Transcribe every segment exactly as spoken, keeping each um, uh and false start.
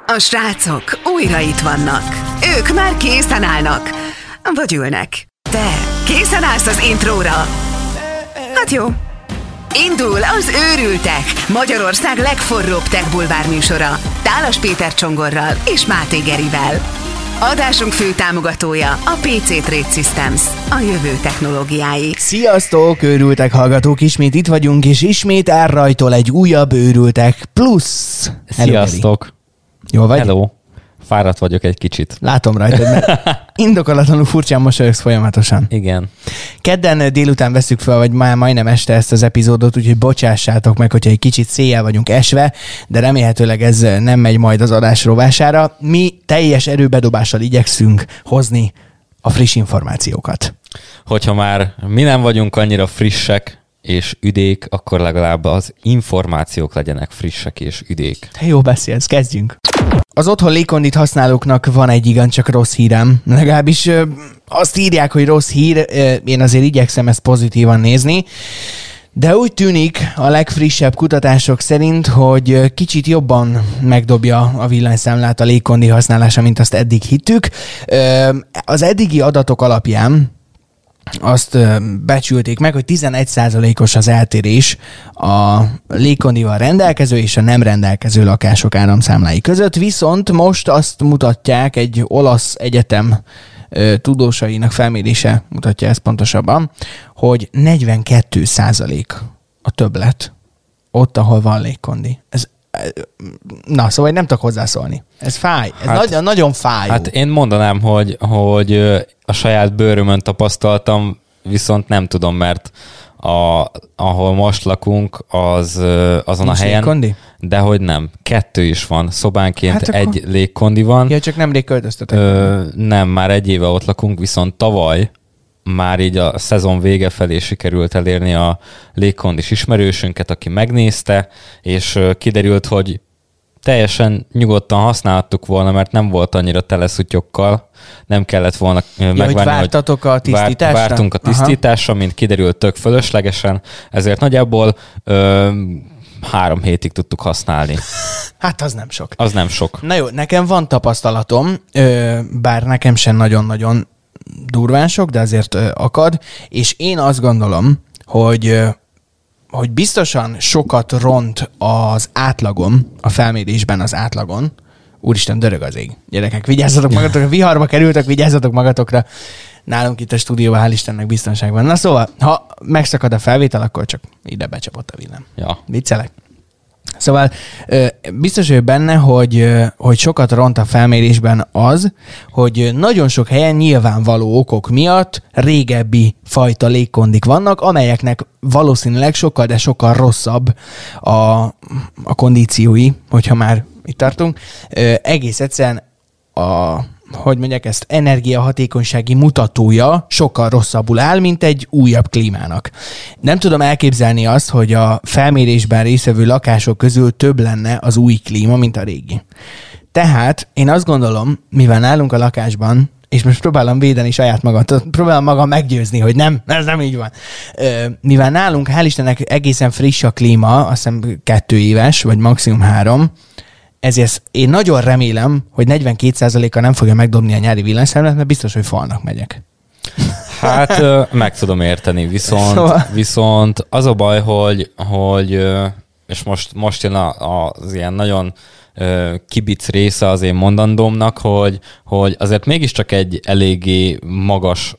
A srácok újra itt vannak. Ők már készen állnak. Vagy ülnek. Te készen állsz az intróra? Hát jó. Indul az Őrültek, Magyarország legforróbb tech bulvár műsora. Tálas Péter Csongorral és Máté Gerivel. Adásunk fő támogatója a pé cé Trade Systems, a jövő technológiái. Sziasztok, Őrültek hallgatók! Ismét itt vagyunk, és ismét elrajtol egy újabb Őrültek plusz. Sziasztok! Jól vagy? Hello! Fáradt vagyok egy kicsit. Látom rajtad, mert indokolatlanul furcsán mosolyogsz folyamatosan. Igen. Kedden délután veszük fel, vagy már majdnem este ezt az epizódot, úgyhogy bocsássátok meg, hogyha egy kicsit széjjel vagyunk esve, de remélhetőleg ez nem megy majd az adás rovására. Mi teljes erőbedobással igyekszünk hozni a friss információkat. Hogyha már mi nem vagyunk annyira frissek és üdék, akkor legalább az információk legyenek frissek és üdék. Te jó beszélsz, kezdjünk! Az otthon légkondit használóknak van egy igencsak rossz hírem. Legalábbis ö, azt írják, hogy rossz hír, ö, én azért igyekszem ezt pozitívan nézni, de úgy tűnik a legfrissebb kutatások szerint, hogy kicsit jobban megdobja a villanyszámlát a légkondi használása, mint azt eddig hittük. Ö, az eddigi adatok alapján azt becsülték meg, hogy tizenegy százalékos az eltérés a légkondival rendelkező és a nem rendelkező lakások áramszámlái között, viszont most azt mutatják, egy olasz egyetem tudósainak felmérése mutatja ezt pontosabban, hogy negyvenkét százalék a többlet ott, ahol van légkondi. Ez Na, szóval nem tudok hozzászólni. Ez fáj. Ez hát, nagyon, nagyon fájó. Hát én mondanám, hogy, hogy a saját bőrömön tapasztaltam, viszont nem tudom, mert a, ahol most lakunk, az azon nincs a helyen, légkondi? De hogy nem. Kettő is van. Szobánként hát egy akkor... légkondi van. Ja, csak nemrég költöztetek. Ö, nem, már egy éve ott lakunk, viszont tavaly már így a szezon vége felé sikerült elérni a légkondis ismerősünket, aki megnézte, és kiderült, hogy teljesen nyugodtan használhattuk volna, mert nem volt annyira tele szutyokkal, nem kellett volna ja, megvárni, hogy vártatok a tisztításra? Várt, vártunk a tisztításra, Aha. mint kiderült, tök fölöslegesen, ezért nagyjából ö, három hétig tudtuk használni. Hát az nem sok. Az nem sok. Na jó, nekem van tapasztalatom, bár nekem sem nagyon-nagyon durván sok, de azért akad, és én azt gondolom, hogy, hogy biztosan sokat ront az átlagon, a felmérésben az átlagon. Úristen, dörög az ég. Gyerekek, vigyázzatok magatokra, viharba kerültek, vigyázzatok magatokra. Nálunk itt a stúdióban, hál' Istennek biztonságban. Na szóval, ha megszakad a felvétel, akkor csak ide becsapott a villám. Ja. Viccelek? Szóval biztos vagyok benne, hogy, hogy sokat ront a felmérésben az, hogy nagyon sok helyen nyilvánvaló okok miatt régebbi fajta légkondik vannak, amelyeknek valószínűleg sokkal, de sokkal rosszabb a, a kondíciói, hogyha már itt tartunk. Egész egyszerűen a... hogy mondják ezt, energiahatékonysági mutatója sokkal rosszabbul áll, mint egy újabb klímának. Nem tudom elképzelni azt, hogy a felmérésben résztvevő lakások közül több lenne az új klíma, mint a régi. Tehát én azt gondolom, mivel nálunk a lakásban, és most próbálom védeni saját magam, próbálom magam meggyőzni, hogy nem, ez nem így van. Mivel nálunk, hál' Istennek egészen friss a klíma, azt hiszem kettő éves, vagy maximum három, ezért én nagyon remélem, hogy negyvenkét százaléka nem fogja megdobni a nyári villanyszámlát, mert biztos, hogy falnak megyek. Hát meg tudom érteni, viszont, szóval... viszont az a baj, hogy, hogy és most, most jön a, az ilyen nagyon kibic része az én mondandómnak, hogy, hogy azért mégiscsak egy eléggé magas,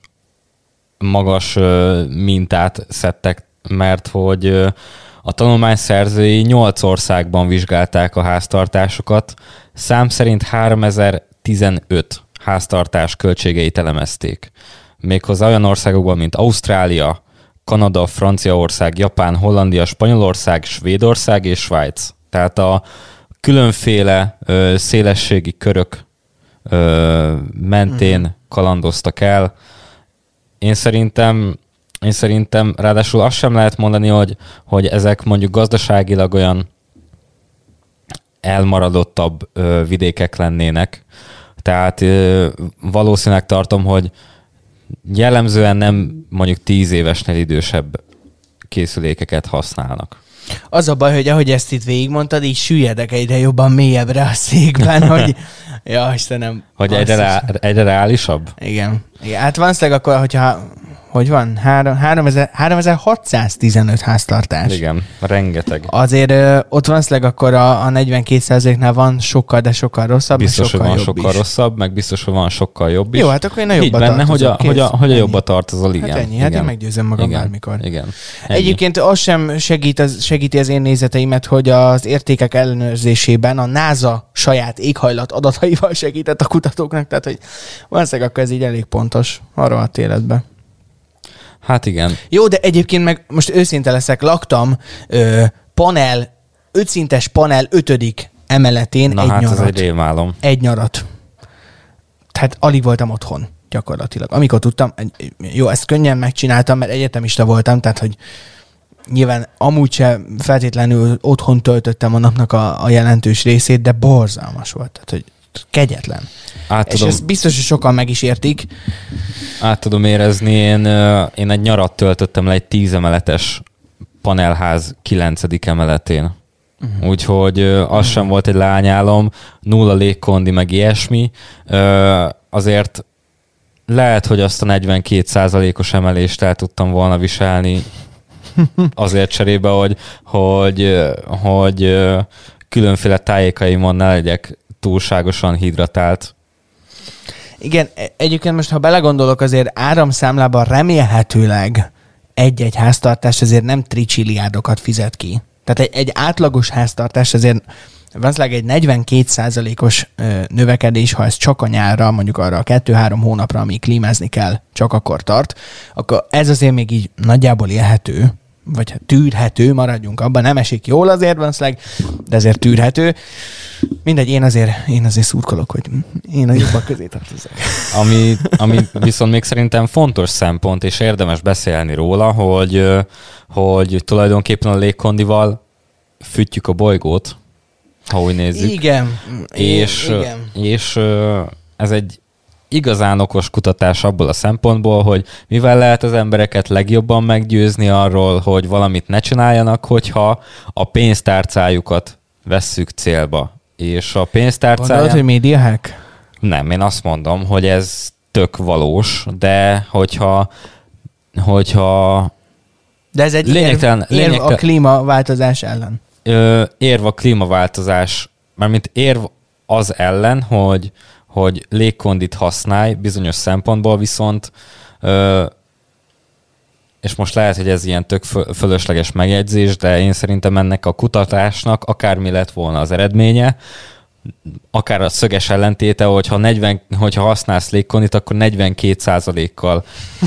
magas mintát szedtek, mert hogy a tanulmány szerzői nyolc országban vizsgálták a háztartásokat, szám szerint háromezer-tizenöt háztartás költségeit elemezték. Méghozzá olyan országokban, mint Ausztrália, Kanada, Franciaország, Japán, Hollandia, Spanyolország, Svédország és Svájc. Tehát a különféle ö, szélességi körök ö, mentén kalandoztak el. Én szerintem Én szerintem ráadásul azt sem lehet mondani, hogy, hogy ezek mondjuk gazdaságilag olyan elmaradottabb ö, vidékek lennének. Tehát ö, valószínűleg tartom, hogy jellemzően nem mondjuk tíz évesnél idősebb készülékeket használnak. Az a baj, hogy ahogy ezt itt végigmondtad, így süllyedek egyre jobban mélyebbre a székben, hogy ja, Istenem. Hogy egyre, rá, egyre reálisabb? Igen. Igen. Hát valószínűleg akkor, hogyha hogy van? háromezer-hatszáztizenöt háztartás. Igen, rengeteg. Azért ö, ott valószínűleg akkor a, a negyvenkét százaléknál van sokkal, de sokkal rosszabb, biztos, sokkal hogy van jobb sokkal is. rosszabb, meg biztos, hogy van sokkal jobb is. Jó, hát akkor én a jobba így benne, hogy a, hogy a, hogy a jobba tartozol, igen. Hát ennyi, hát igen. én meggyőzöm magam igen. bármikor. Igen. Ennyi. Egyébként az sem segít az, segíti az én nézeteimet, hogy az értékek ellenőrzésében a NASA saját éghajlat adataival segített a kutatóknak, tehát hogy valószínűleg akkor ez így elég pontos arra a életben. Hát igen. Jó, de egyébként meg most őszinte leszek, laktam ö, panel, ötszintes panel ötödik emeletén Na egy hát nyarat. ez egy rémálom. Egy nyarat. Tehát alig voltam otthon gyakorlatilag. Amikor tudtam, jó, ezt könnyen megcsináltam, mert egyetemista voltam, tehát hogy nyilván amúgy sem feltétlenül otthon töltöttem a napnak a, a jelentős részét, de borzalmas volt. Tehát, hogy kegyetlen. Át És tudom, ezt biztos, hogy sokan meg is értik. át tudom érezni, én, én egy nyarat töltöttem le egy tízemeletes panelház kilencedik emeletén. Uh-huh. Úgyhogy az uh-huh. sem volt egy lányálom, nulla légkondi, meg ilyesmi. Azért lehet, hogy azt a negyvenkét százalékos emelést el tudtam volna viselni azért cserébe, hogy, hogy, hogy különféle tájékaimon ne legyek túlságosan hidratált. Igen, egyébként most, ha belegondolok, azért áramszámlában remélhetőleg egy-egy háztartás azért nem tricsilliárdokat fizet ki. Tehát egy, egy átlagos háztartás azért valószínűleg egy negyvenkét százalékos növekedés, ha ez csak a nyárra, mondjuk arra a kettő-három hónapra, amíg klímázni kell, csak akkor tart, akkor ez azért még így nagyjából élhető, vagy tűrhető, maradjunk abban, nem esik jól azért valószínűleg, de azért tűrhető. Mindegy, én azért, én azért szurkolok, hogy én a jobbak közé tartozok. Ami, ami viszont még szerintem fontos szempont, és érdemes beszélni róla, hogy, hogy tulajdonképpen a légkondival fűtjük a bolygót, ha úgy nézzük. Igen. És, igen. és ez egy igazán okos kutatás abból a szempontból, hogy mivel lehet az embereket legjobban meggyőzni arról, hogy valamit ne csináljanak, hogyha a pénztárcájukat vesszük célba. És a pénztárcáján... Gondolod, hogy média hack? Nem, én azt mondom, hogy ez tök valós, de hogyha hogyha de ez egy lényegtelen, érv, érv lényegtelen, a klímaváltozás ellen. Ö, érv a klímaváltozás, mármint érv az ellen, hogy hogy légkondit használj bizonyos szempontból, viszont ö, és most lehet, hogy ez ilyen tök fölösleges megjegyzés, de én szerintem ennek a kutatásnak akármi lett volna az eredménye, akár a szöges ellentéte, hogyha, negyven, hogyha használsz légkondit, akkor negyvenkét százalékkal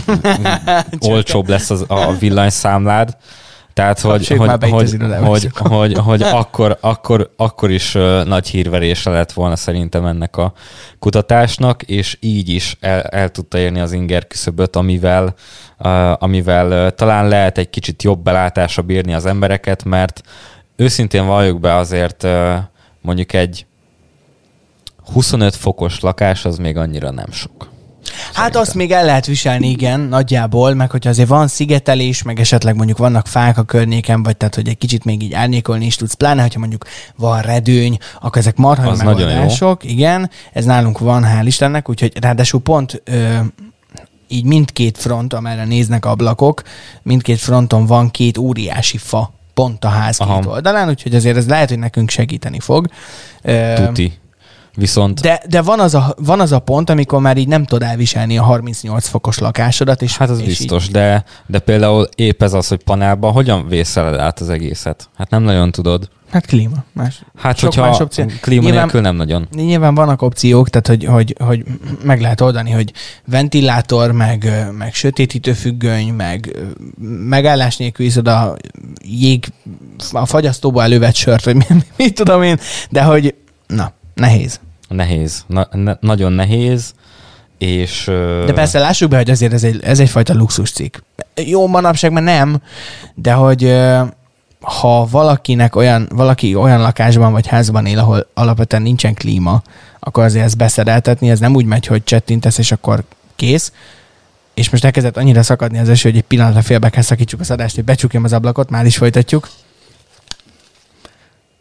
olcsóbb lesz az, a villanyszámlád. Tehát, hogy, hogy, hogy, hogy, hogy, hogy akkor, akkor, akkor is uh, nagy hírverésre lett volna szerintem ennek a kutatásnak, és így is el, el tudta érni az inger küszöböt, amivel, uh, amivel uh, talán lehet egy kicsit jobb belátásra bírni az embereket, mert őszintén valljuk be azért uh, mondjuk egy huszonöt fokos lakás az még annyira nem sok. Hát szerintem. azt még el lehet viselni, igen, nagyjából, meg hogyha azért van szigetelés, meg esetleg mondjuk vannak fák a környéken, vagy tehát, hogy egy kicsit még így árnyékolni is tudsz, pláne, hogyha mondjuk van redőny, akkor ezek marha az megoldások, igen, ez nálunk van, hál' Istennek, úgyhogy ráadásul pont ö, így mindkét front, amerre néznek ablakok, mindkét fronton van két óriási fa, pont a ház két Aha. oldalán, úgyhogy azért ez lehet, hogy nekünk segíteni fog. Tuti. Viszont... De, de van, az a, van az a pont, amikor már így nem tudod elviselni a harmincnyolc fokos lakásodat. És, hát az és biztos, így... de, de például épp ez az, hogy panelban hogyan vészeled át az egészet? Hát nem nagyon tudod. Hát klíma. Más, hát hogyha klíma nyilván, nélkül nem nagyon. Nyilván vannak opciók, tehát hogy, hogy, hogy meg lehet oldani, hogy ventilátor, meg, meg sötétítőfüggöny, meg megállás nélkül iszod a jég, a fagyasztóba elővett sört, vagy mit, mit tudom én, de hogy na, nehéz. Nehéz. Na, ne, nagyon nehéz, és... De persze lássuk be, hogy azért ez, egy, ez egyfajta luxuscikk. Jó, manapság már nem, de hogy ha valakinek olyan, valaki olyan lakásban vagy házban él, ahol alapvetően nincsen klíma, akkor azért ezt beszereltetni, ez nem úgy megy, hogy csettintesz, és akkor kész. És most elkezdett annyira szakadni az eső, hogy egy pillanatra félbe kell szakítsuk a szadást, hogy becsukjam az ablakot, már is folytatjuk.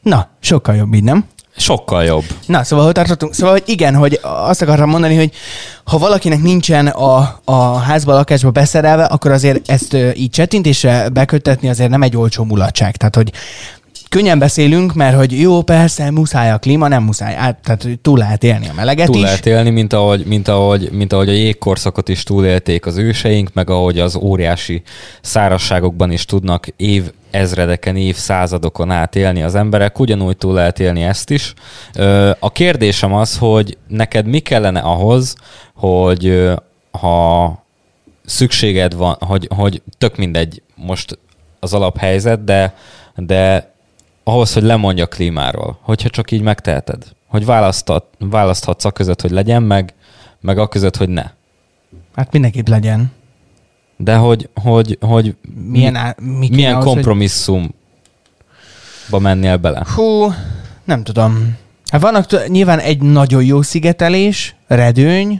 Na, sokkal jobb így, nem? Sokkal jobb. Na, szóval hogy tartottunk? Szóval, hogy igen, hogy azt akartam mondani, hogy ha valakinek nincsen a, a házba, lakásba beszerelve, akkor azért ezt így csettintésre beköttetni azért nem egy olcsó mulatság. Tehát, hogy könnyen beszélünk, mert hogy jó, persze, muszáj a klíma, nem muszáj. Át, tehát túl lehet élni a meleget túl is. Túl lehet élni, mint ahogy, mint, ahogy, mint ahogy a jégkorszakot is túlélték az őseink, meg ahogy az óriási szárazságokban is tudnak év ezredeken, évszázadokon át élni az emberek, ugyanúgy túl lehet élni ezt is. A kérdésem az, hogy neked mi kellene ahhoz, hogy ha szükséged van, hogy, hogy tök mindegy most az alaphelyzet, de, de ahhoz, hogy lemondj a klímáról, hogyha csak így megteheted, hogy választhat, választhatsz a között, hogy legyen, meg, meg a között, hogy ne. Hát mindenképp legyen. De hogy, hogy, hogy milyen, á, mi milyen ahhoz, kompromisszumba hogy... mennél bele? Hú, nem tudom. Hát vannak t- nyilván egy nagyon jó szigetelés, redőny,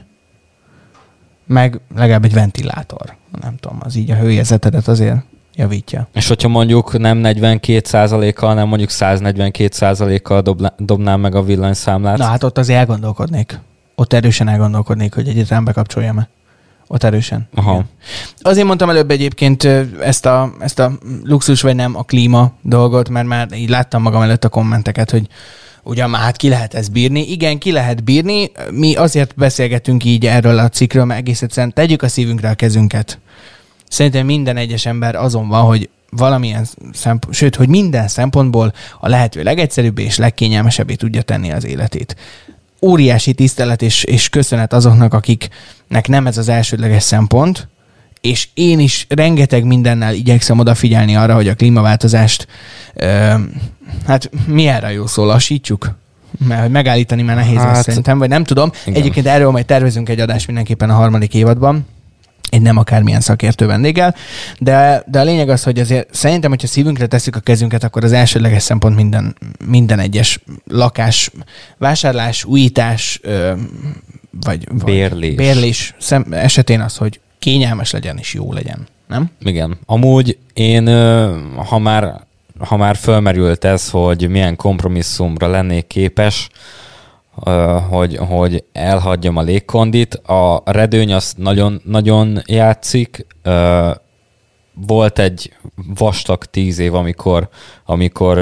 meg legalább egy ventilátor. Nem tudom, az így a hőérzetedet azért javítja. És hogyha mondjuk nem negyvenkét százalékkal, hanem mondjuk száznegyvenkét százalékkal dobla, dobnám meg a villanyszámlát? Na hát ott azért elgondolkodnék. Ott erősen elgondolkodnék, hogy egyáltalán bekapcsoljam-e. Ott erősen. Aha. Azért mondtam előbb egyébként ezt a, ezt a luxus vagy nem a klíma dolgot, mert már így láttam magam előtt a kommenteket, hogy ugyan már hát ki lehet ezt bírni. Igen, ki lehet bírni. Mi azért beszélgetünk így erről a cikkről, mert egész egyszerűen tegyük a szívünkre a kezünket. Szerintem minden egyes ember azon van, hogy valamilyen szempont, sőt, hogy minden szempontból a lehető legegyszerűbb és legkényelmesebbé tudja tenni az életét. Óriási tisztelet és, és köszönet azoknak, akiknek nem ez az elsődleges szempont, és én is rengeteg mindennel igyekszem odafigyelni arra, hogy a klímaváltozást ö, hát mi erre jó szó, lassítsuk? Mert hogy megállítani már nehéz hát, lesz szerintem, vagy nem tudom. Igen. Egyébként erről majd tervezünk egy adást mindenképpen a harmadik évadban, egy nem akármilyen szakértő vendéggel, de, de a lényeg az, hogy azért szerintem, hogyha szívünkre tesszük a kezünket, akkor az elsődleges szempont minden, minden egyes lakás, vásárlás, újítás, vagy, vagy bérlés, bérlés szem, esetén az, hogy kényelmes legyen és jó legyen, nem? Igen. Amúgy én, ha már, ha már fölmerült ez, hogy milyen kompromisszumra lennék képes, hogy, hogy elhagyjam a légkondit. A redőny az nagyon, nagyon játszik. Volt egy vastag tíz év, amikor, amikor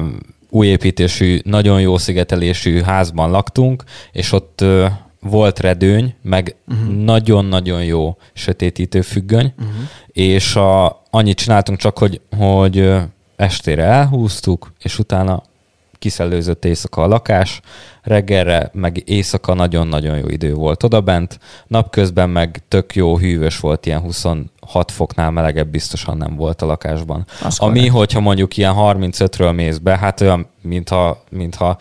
újépítésű, nagyon jó szigetelésű házban laktunk, és ott volt redőny, meg uh-huh. nagyon-nagyon jó sötétítő függöny, uh-huh. és a, annyit csináltunk csak, hogy, hogy estére elhúztuk, és utána kiszellőzött éjszaka a lakás, reggelre meg éjszaka nagyon-nagyon jó idő volt odabent, napközben meg tök jó, hűvös volt, ilyen huszonhat foknál melegebb biztosan nem volt a lakásban. Az Ami, korrekt. Hogyha mondjuk ilyen harmincötről mész be, hát olyan, mintha, mintha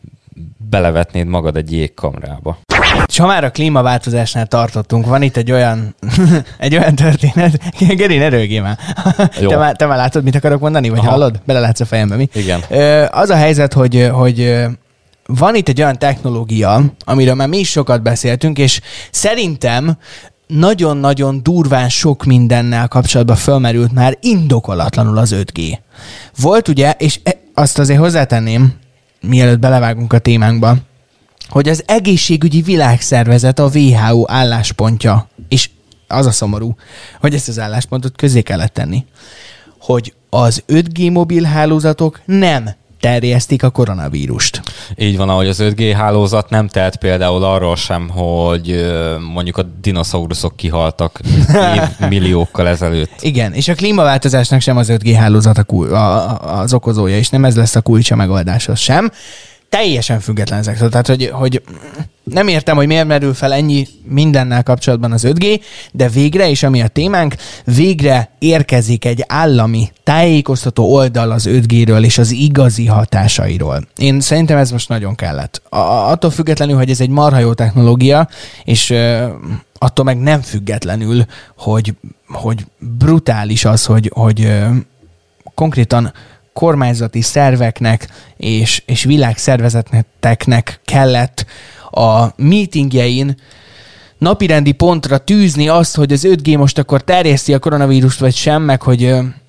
belevetnéd magad egy jégkamrába. És ha már a klímaváltozásnál tartottunk, van itt egy olyan, egy olyan történet. Geri, ne rögjél már. Te, már. te már látod, mit akarok mondani? Vagy Aha. hallod? Belelátsz a fejembe, mi? Igen. Az a helyzet, hogy, hogy van itt egy olyan technológia, amiről már mi is sokat beszéltünk, és szerintem nagyon-nagyon durván sok mindennel kapcsolatban fölmerült már indokolatlanul az öt G. Volt ugye, és azt azért hozzátenném, mielőtt belevágunk a témánkba, hogy az egészségügyi világszervezet, a dupla vé há ó álláspontja, és az a szomorú, hogy ezt az álláspontot közé kellett tenni, hogy az öt G mobil hálózatok nem terjesztik a koronavírust. Így van, ahogy az öt G hálózat nem tehet például arról sem, hogy mondjuk a dinoszauruszok kihaltak milliókkal ezelőtt. Igen, és a klímaváltozásnak sem az öt G hálózat a kul- a, az okozója, és nem ez lesz a kulcsa megoldáshoz sem. Teljesen független ezektől. Tehát, hogy, hogy nem értem, hogy miért merül fel ennyi mindennel kapcsolatban az öt G, de végre, és ami a témánk, végre érkezik egy állami tájékoztató oldal az öt G-ről és az igazi hatásairól. Én szerintem ez most nagyon kellett. A, attól függetlenül, hogy ez egy marha jó technológia, és uh, attól meg nem függetlenül, hogy, hogy brutális az, hogy, hogy uh, konkrétan kormányzati szerveknek és, és világszervezeteknek kellett a meetingjein napirendi pontra tűzni azt, hogy az öt G most akkor terjeszti a koronavírust, vagy sem, meg hogy,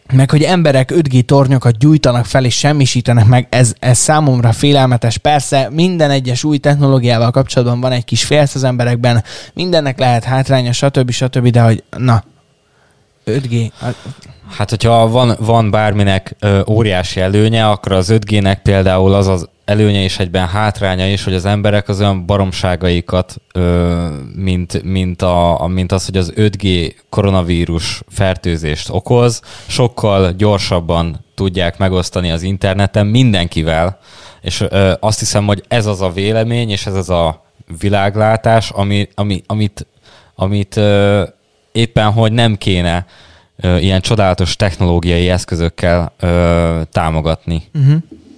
meg hogy emberek öt G tornyokat gyújtanak fel és semmisítenek meg, ez, ez számomra félelmetes. Persze minden egyes új technológiával kapcsolatban van egy kis félsz az emberekben, mindennek lehet hátránya, stb. stb. De hogy na, öt G... Hát, hogyha van, van bárminek ö, óriási előnye, akkor az öt G-nek például az az előnye és egyben hátránya is, hogy az emberek az olyan baromságaikat, ö, mint, mint, a, mint az, hogy az öt G koronavírus fertőzést okoz, sokkal gyorsabban tudják megosztani az interneten mindenkivel, és ö, azt hiszem, hogy ez az a vélemény, és ez az a világlátás, ami, ami, amit, amit ö, éppen, hogy nem kéne ö, ilyen csodálatos technológiai eszközökkel ö, támogatni. Uh-huh.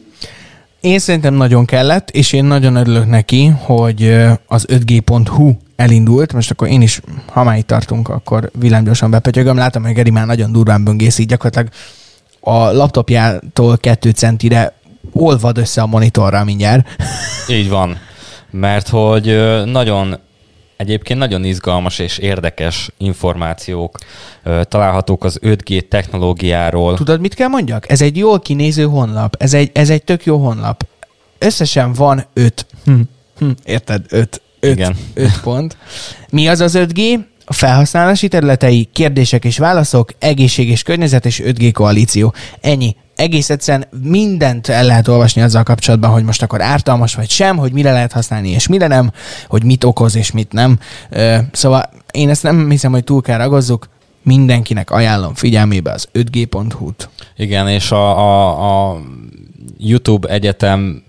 Én szerintem nagyon kellett, és én nagyon örülök neki, hogy az öt G pont hu elindult. Most akkor én is, ha már itt tartunk, akkor villámgyorsan bepötyögöm. Látom, hogy Geri már nagyon durván böngész, így gyakorlatilag a laptopjától kettő centire olvad össze a monitorra mindjárt. Így van, mert hogy nagyon egyébként nagyon izgalmas és érdekes információk ö, találhatók az öt G technológiáról. Tudod, mit kell mondjak? Ez egy jól kinéző honlap. Ez egy, ez egy tök jó honlap. Összesen van öt. Hm. Hm. Érted? Öt. Öt, Igen. öt pont. Mi az az öt G? A felhasználási területei, kérdések és válaszok, egészség és környezet és öt G koalíció. Ennyi. Egész egyszerűen mindent el lehet olvasni azzal kapcsolatban, hogy most akkor ártalmas vagy sem, hogy mire lehet használni és mire nem, hogy mit okoz és mit nem. Szóval én ezt nem hiszem, hogy túl kell ragozzuk. Mindenkinek ajánlom figyelmébe az öt G pont hu-t. Igen, és a, a, a YouTube Egyetem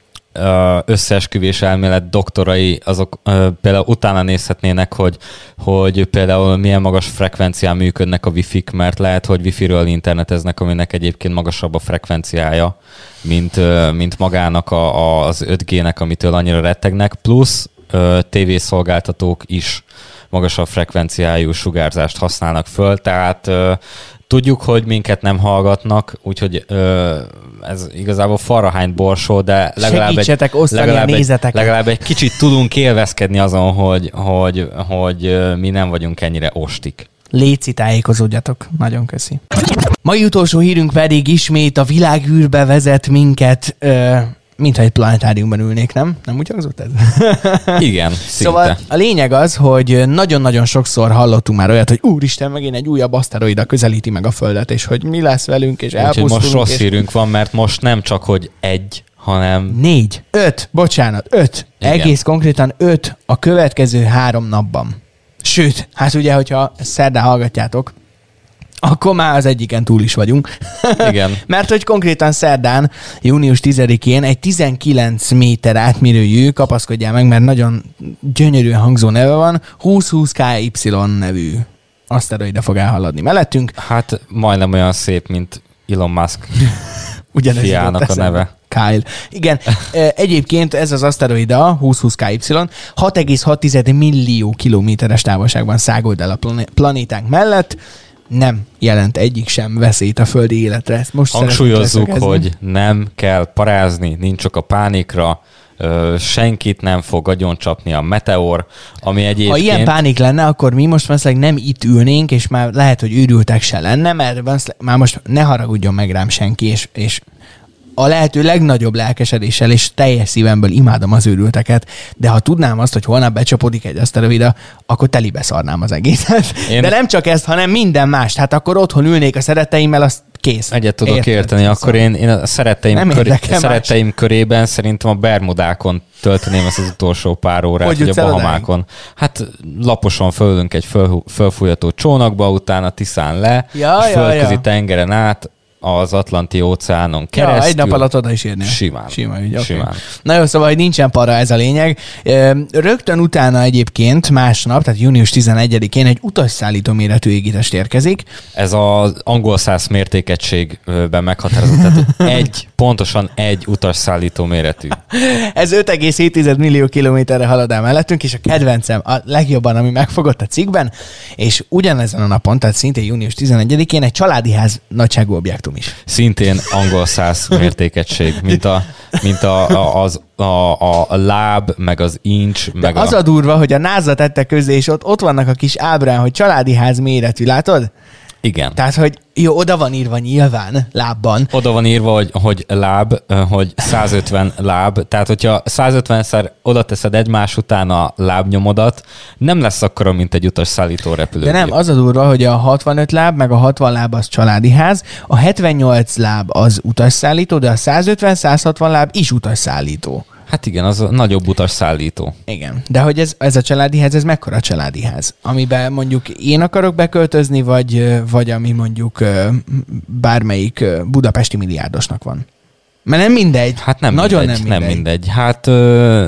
összeesküvés elmélet doktorai, azok például utána nézhetnének, hogy, hogy például milyen magas frekvencián működnek a Wi-Fi-k, mert lehet, hogy Wi-Fi-ről interneteznek, aminek egyébként magasabb a frekvenciája, mint, mint magának a, a, az öt G-nek, amitől annyira rettegnek, plusz tévészolgáltatók is magasabb frekvenciájú sugárzást használnak föl, tehát tudjuk, hogy minket nem hallgatnak, úgyhogy ö, ez igazából falrahányt borsó, de legalább egy, legalább, egy, legalább egy kicsit tudunk élvezkedni azon, hogy, hogy, hogy mi nem vagyunk ennyire ostik. Léci, tájékozódjatok. Nagyon köszi. Mai utolsó hírünk pedig ismét a világűrbe vezet minket, ö, mintha egy planetáriumban ülnék, nem? Nem úgy hangzott ez? Igen, szinte. Szóval a lényeg az, hogy nagyon-nagyon sokszor hallottunk már olyat, hogy úristen, megint egy újabb aszteroida közelíti meg a Földet, és hogy mi lesz velünk, és elpusztulunk. Úgyhogy most rossz és... hírünk van, mert most nem csak, hogy egy, hanem... Négy. Öt. Bocsánat, öt. Igen. Egész konkrétan öt a következő három napban. Sőt, hát ugye, hogyha szerdán hallgatjátok, akkor már az egyiken túl is vagyunk. Igen. Mert hogy konkrétan szerdán, június tizedikén egy tizenkilenc méter átmérőjű, kapaszkodjál meg, mert nagyon gyönyörűen hangzó neve van, húsz húsz K Y nevű aszteroida fog elhaladni mellettünk. Hát majdnem olyan szép, mint Elon Musk fiának a neve. Kyle. Igen, egyébként ez az aszteroida, húsz húsz K Y, hat egész hat millió kilométeres távolságban száguld el a planétánk mellett, nem jelent egyik sem veszélyt a földi életre. Ezt most hangsúlyozzuk, hogy nem kell parázni, nincs ok a pánikra, senkit nem fog agyoncsapni a meteor, ami egyébként... Ha ilyen pánik lenne, akkor mi most valószínűleg nem itt ülnénk, és már lehet, hogy őrültek se lenne, mert már most ne haragudjon meg rám senki, és, és a lehető legnagyobb lelkesedéssel és teljes szívemből imádom az őrülteket, de ha tudnám azt, hogy holnap becsapódik egy aszteroida, akkor telibe szarnám az egészet. Én... De nem csak ezt, hanem minden mást. Hát akkor otthon ülnék a szeretteimmel, azt kész. Egyet tudok Érted? érteni. Akkor én, én a szeretteim, köré, a szeretteim körében szerintem a Bermudákon tölteném ezt az utolsó pár órát, hogy vagy a Bahamákon. Hát laposan fölülünk egy föl, fölfújható csónakba, utána Tiszán le, ja, és földközi ja, ja. tengeren át, az Atlanti óceánon keresztül. Ja, egy nap alatt oda is érnél. Simán. Simán, ügy, Simán. Okay. Na jó, szóval, hogy nincsen para, ez a lényeg. Rögtön utána egyébként másnap, tehát június tizenegyedikén egy utasszállító méretű égitest érkezik. Ez az angol száz mértékegységben meghatározott, tehát egy, pontosan egy utasszállító méretű. Ez öt egész hét millió kilométerre halad el mellettünk, és a kedvencem a legjobban, ami megfogott a cikkben, és ugyanezen a napon, tehát szintén június tizenegyedikén egy családi ház nagyságú objektum is. Szintén angol száz mértékegység, mint a, mint a, a, az, a, a, a láb, meg az inch, meg az a... a durva, hogy a NASA tette közé, és ott, ott vannak a kis ábrán, hogy családi ház méretű, látod? Igen. Tehát, hogy jó, oda van írva nyilván lábban. Oda van írva, hogy, hogy láb, hogy százötven láb. Tehát, hogyha százötvenszer oda teszed egymás után a lábnyomodat, nem lesz akkora, mint egy utasszállító repülőgép. De nem, az a durva, hogy a hatvanöt láb, meg a hatvan láb az családi ház, a hetvennyolc láb az utasszállító, de a százötven-százhatvan láb is utasszállító. Hát igen, az a nagyobb utasszállító. Igen, de hogy ez, ez a családi ház, ez mekkora családi ház? Amiben mondjuk én akarok beköltözni, vagy, vagy ami mondjuk bármelyik budapesti milliárdosnak van? Mert nem mindegy. Hát nem Nagyon mindegy, nem mindegy. Nem mindegy. Hát ö,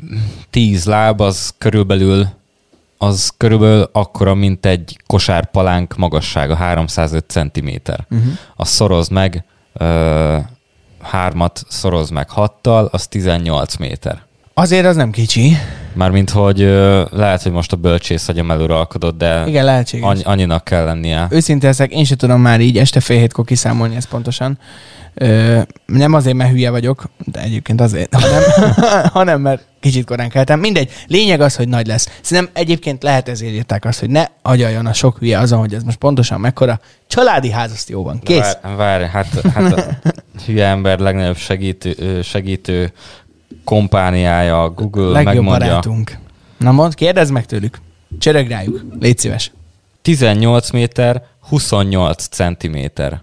tíz láb az körülbelül az körülbelül akkora, mint egy kosárpalánk magassága, háromszázöt centiméter. Uh-huh. Azt szorozd meg, ö, hármat szorozd meg hattal, az tizennyolc méter. Azért az nem kicsi. Mármint, hogy ö, lehet, hogy most a bölcsész agyam előralkodott, de igen, lehetséges. Annyi, annyinak kell lennie. Őszintén leszek, én sem tudom már így este fél hétkor kiszámolni ezt pontosan. Ö, nem azért, mert hülye vagyok, de egyébként azért, hanem, hanem mert kicsit korán keltem. Mindegy, lényeg az, hogy nagy lesz. Szerintem egyébként lehet ezért írták azt, hogy ne agyaljon a sok hülye azon, hogy ez most pontosan mekkora. Családi ház, azt jó van. Kész. Várj, vár, hát, hát a hülye ember legnagyobb segítő, segítő kompániája, a Google legjobb megmondja. barátunk. Na mondd, kérdezd meg tőlük. Csörög rájuk. Légy szíves. tizennyolc méter, huszonnyolc centiméter.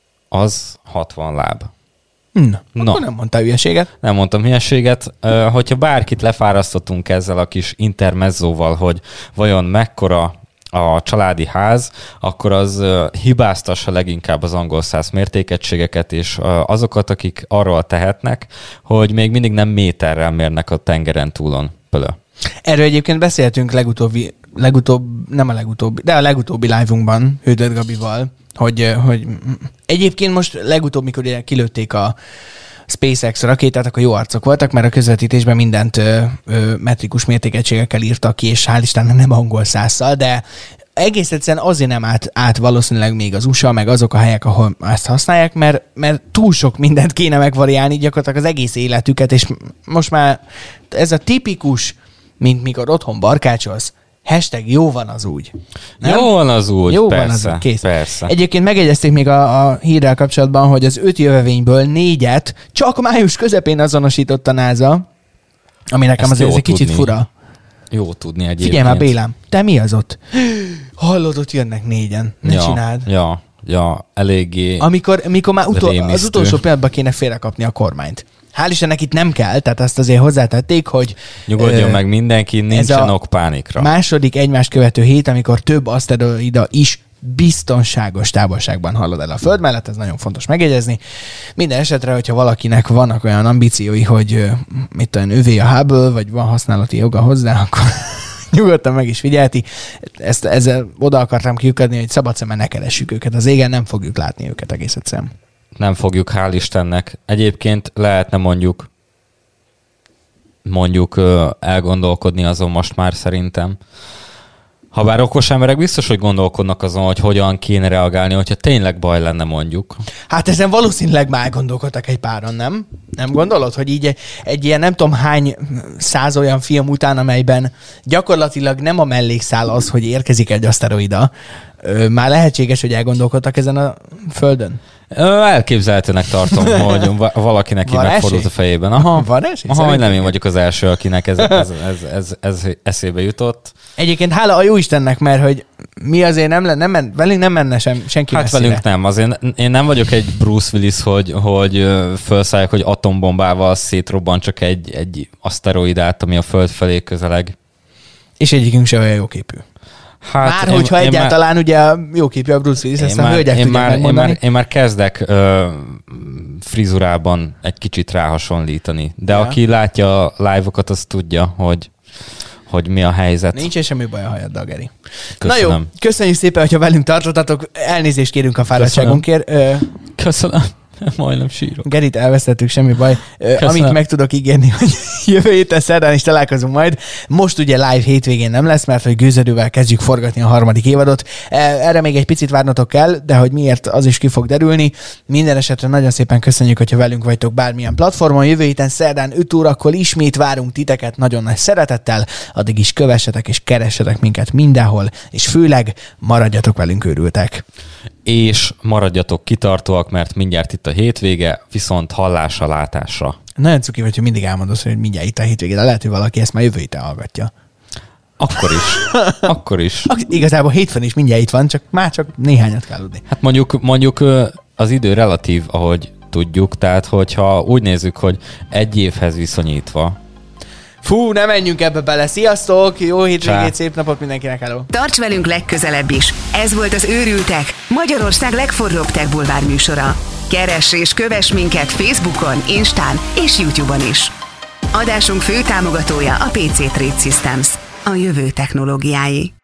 Az hatvan láb. Na, No. akkor nem mondtál hülyeséget. Nem mondtam hülyeséget. Hogyha bárkit lefárasztottunk ezzel a kis intermezzóval, hogy vajon mekkora a családi ház, akkor az hibáztassa leginkább az angol száz mértékegységeket, és azokat, akik arról tehetnek, hogy még mindig nem méterrel mérnek a tengeren túlon. Pölö. Erről egyébként beszéltünk legutóbbi, legutóbb, nem a legutóbbi, de a legutóbbi live-unkban Hődöd Gabival, hogy, hogy egyébként most legutóbb, mikor kilőtték a SpaceX rakétát, akkor jó arcok voltak, mert a közvetítésben mindent ö, ö, metrikus mértékegységekkel írtak ki, és hál' Istennek nem angol százzal, de egész egyszerűen azért nem át, át valószínűleg még az u es á, meg azok a helyek, ahol ezt használják, mert, mert túl sok mindent kéne megvariálni, gyakorlatilag az egész életüket, és most már ez a tipikus, mint mikor otthon barkácsolsz, hashtag jó van az úgy. Nem? Jó van az úgy, jó persze, van az úgy, kész. Persze. Egyébként megegyezték még a, a hírrel kapcsolatban, hogy az öt jövevényből négyet csak május közepén azonosított a NASA, ami nekem Ezt azért egy kicsit tudni. fura. Jó tudni egyébként. Figyelj már, Bélám, te mi az ott? Hallod, ott jönnek négyen. Ne ja, csináld. Ja, ja, eléggé. Amikor, amikor már utol, az rémisztő. utolsó pillanatban kéne félrekapni a kormányt. Hál' Istennek itt nem kell, tehát azt azért hozzátették, hogy Nyugodjon ö, meg mindenki, nincsen ok pánikra. Második egymást követő hét, amikor több aszteroida is biztonságos távolságban halad el a Föld mellett, ez nagyon fontos megjegyezni. Minden esetre, hogyha valakinek vannak olyan ambíciói, hogy ö, mit tudom, övé a Hubble, vagy van használati joga hozzá, akkor nyugodtan meg is figyelti. Ezt, ezzel oda akartam kiukadni, hogy szabad szemben ne keressük őket. Az égen nem fogjuk látni őket egész egyszerűen. Nem fogjuk, hál' Istennek. Egyébként lehetne mondjuk mondjuk ö, elgondolkodni azon most már szerintem. Habár okos emberek biztos, hogy gondolkodnak azon, hogy hogyan kéne reagálni, hogyha tényleg baj lenne mondjuk. Hát ezen valószínűleg már gondolkodtak egy páran, nem? Nem gondolod, hogy így egy ilyen nem tudom hány száz olyan film után, amelyben gyakorlatilag nem a mellékszál az, hogy érkezik egy aszteroida, már lehetséges, hogy elgondolkodtak ezen a Földön? Elképzelhetőnek tartom, hogy valakinek így megfordult a fejében. Aha, van esély? Aha, hogy nem én vagyok az első, akinek ez, ez, ez, ez, ez eszébe jutott. Egyébként hála a jó Istennek, mert hogy mi azért nem, nem, nem velünk nem menne sem, senki Hát messzire. velünk nem. Azért én nem vagyok egy Bruce Willis, hogy, hogy felszálljak, hogy atombombával szétrobban csak egy, egy aszteroidát, ami a Föld felé közeleg. És egyikünk se olyan jóképű. Hát már én, hogyha én egyáltalán már, ugye jó képű a Bruce Willis, ezt a hölgyek én tudják már, én, megmondani. már, én már kezdek ö, frizurában egy kicsit ráhasonlítani. De ja. Aki látja a live-okat, az tudja, hogy, hogy mi a helyzet. Nincs semmi baj a hajaddal, Geri. Köszönöm. Na jó, köszönjük szépen, hogyha velünk tartottatok. Elnézést kérünk a fáradtságunkért. Ö, Köszönöm. Majdnem sírok. Gerit elvesztettük, semmi baj. Köszönöm. Amit meg tudok ígérni, hogy jövő héten szerdán is találkozunk majd. Most ugye live hétvégén nem lesz, mert hogy gőzerővel kezdjük forgatni a harmadik évadot. Erre még egy picit várnotok kell, de hogy miért, az is ki fog derülni. Minden esetre nagyon szépen köszönjük, hogyha velünk vagytok bármilyen platformon. Jövő héten szerdán öt órakor ismét várunk titeket nagyon nagy szeretettel. Addig is kövessetek és keressetek minket mindenhol, és főleg maradjatok velünk, őrültek. És maradjatok kitartóak, mert mindjárt itt a hétvége, viszont hallásra, látásra. Nagyon cuki vagy, hogy mindig elmondod, hogy mindjárt itt a hétvége, de lehet, hogy valaki ezt már jövő héten hallgatja. Akkor is. Akkor is. Ak- igazából hétfőn is mindjárt itt van, csak már csak néhányat kell adni. Hát mondjuk, mondjuk az idő relatív, ahogy tudjuk, tehát hogyha úgy nézzük, hogy egy évhez viszonyítva. Fú, ne menjünk ebbe bele. Sziasztok! Jó hétvégét, szép napot mindenkinek, hello! Tarts velünk legközelebb is. Ez volt az Őrültek, Magyarország legforróbb tech bulvár műsora. Keress és kövess minket Facebookon, Instán és YouTube-on is. Adásunk fő támogatója a pé cé Trade Systems, a jövő technológiái.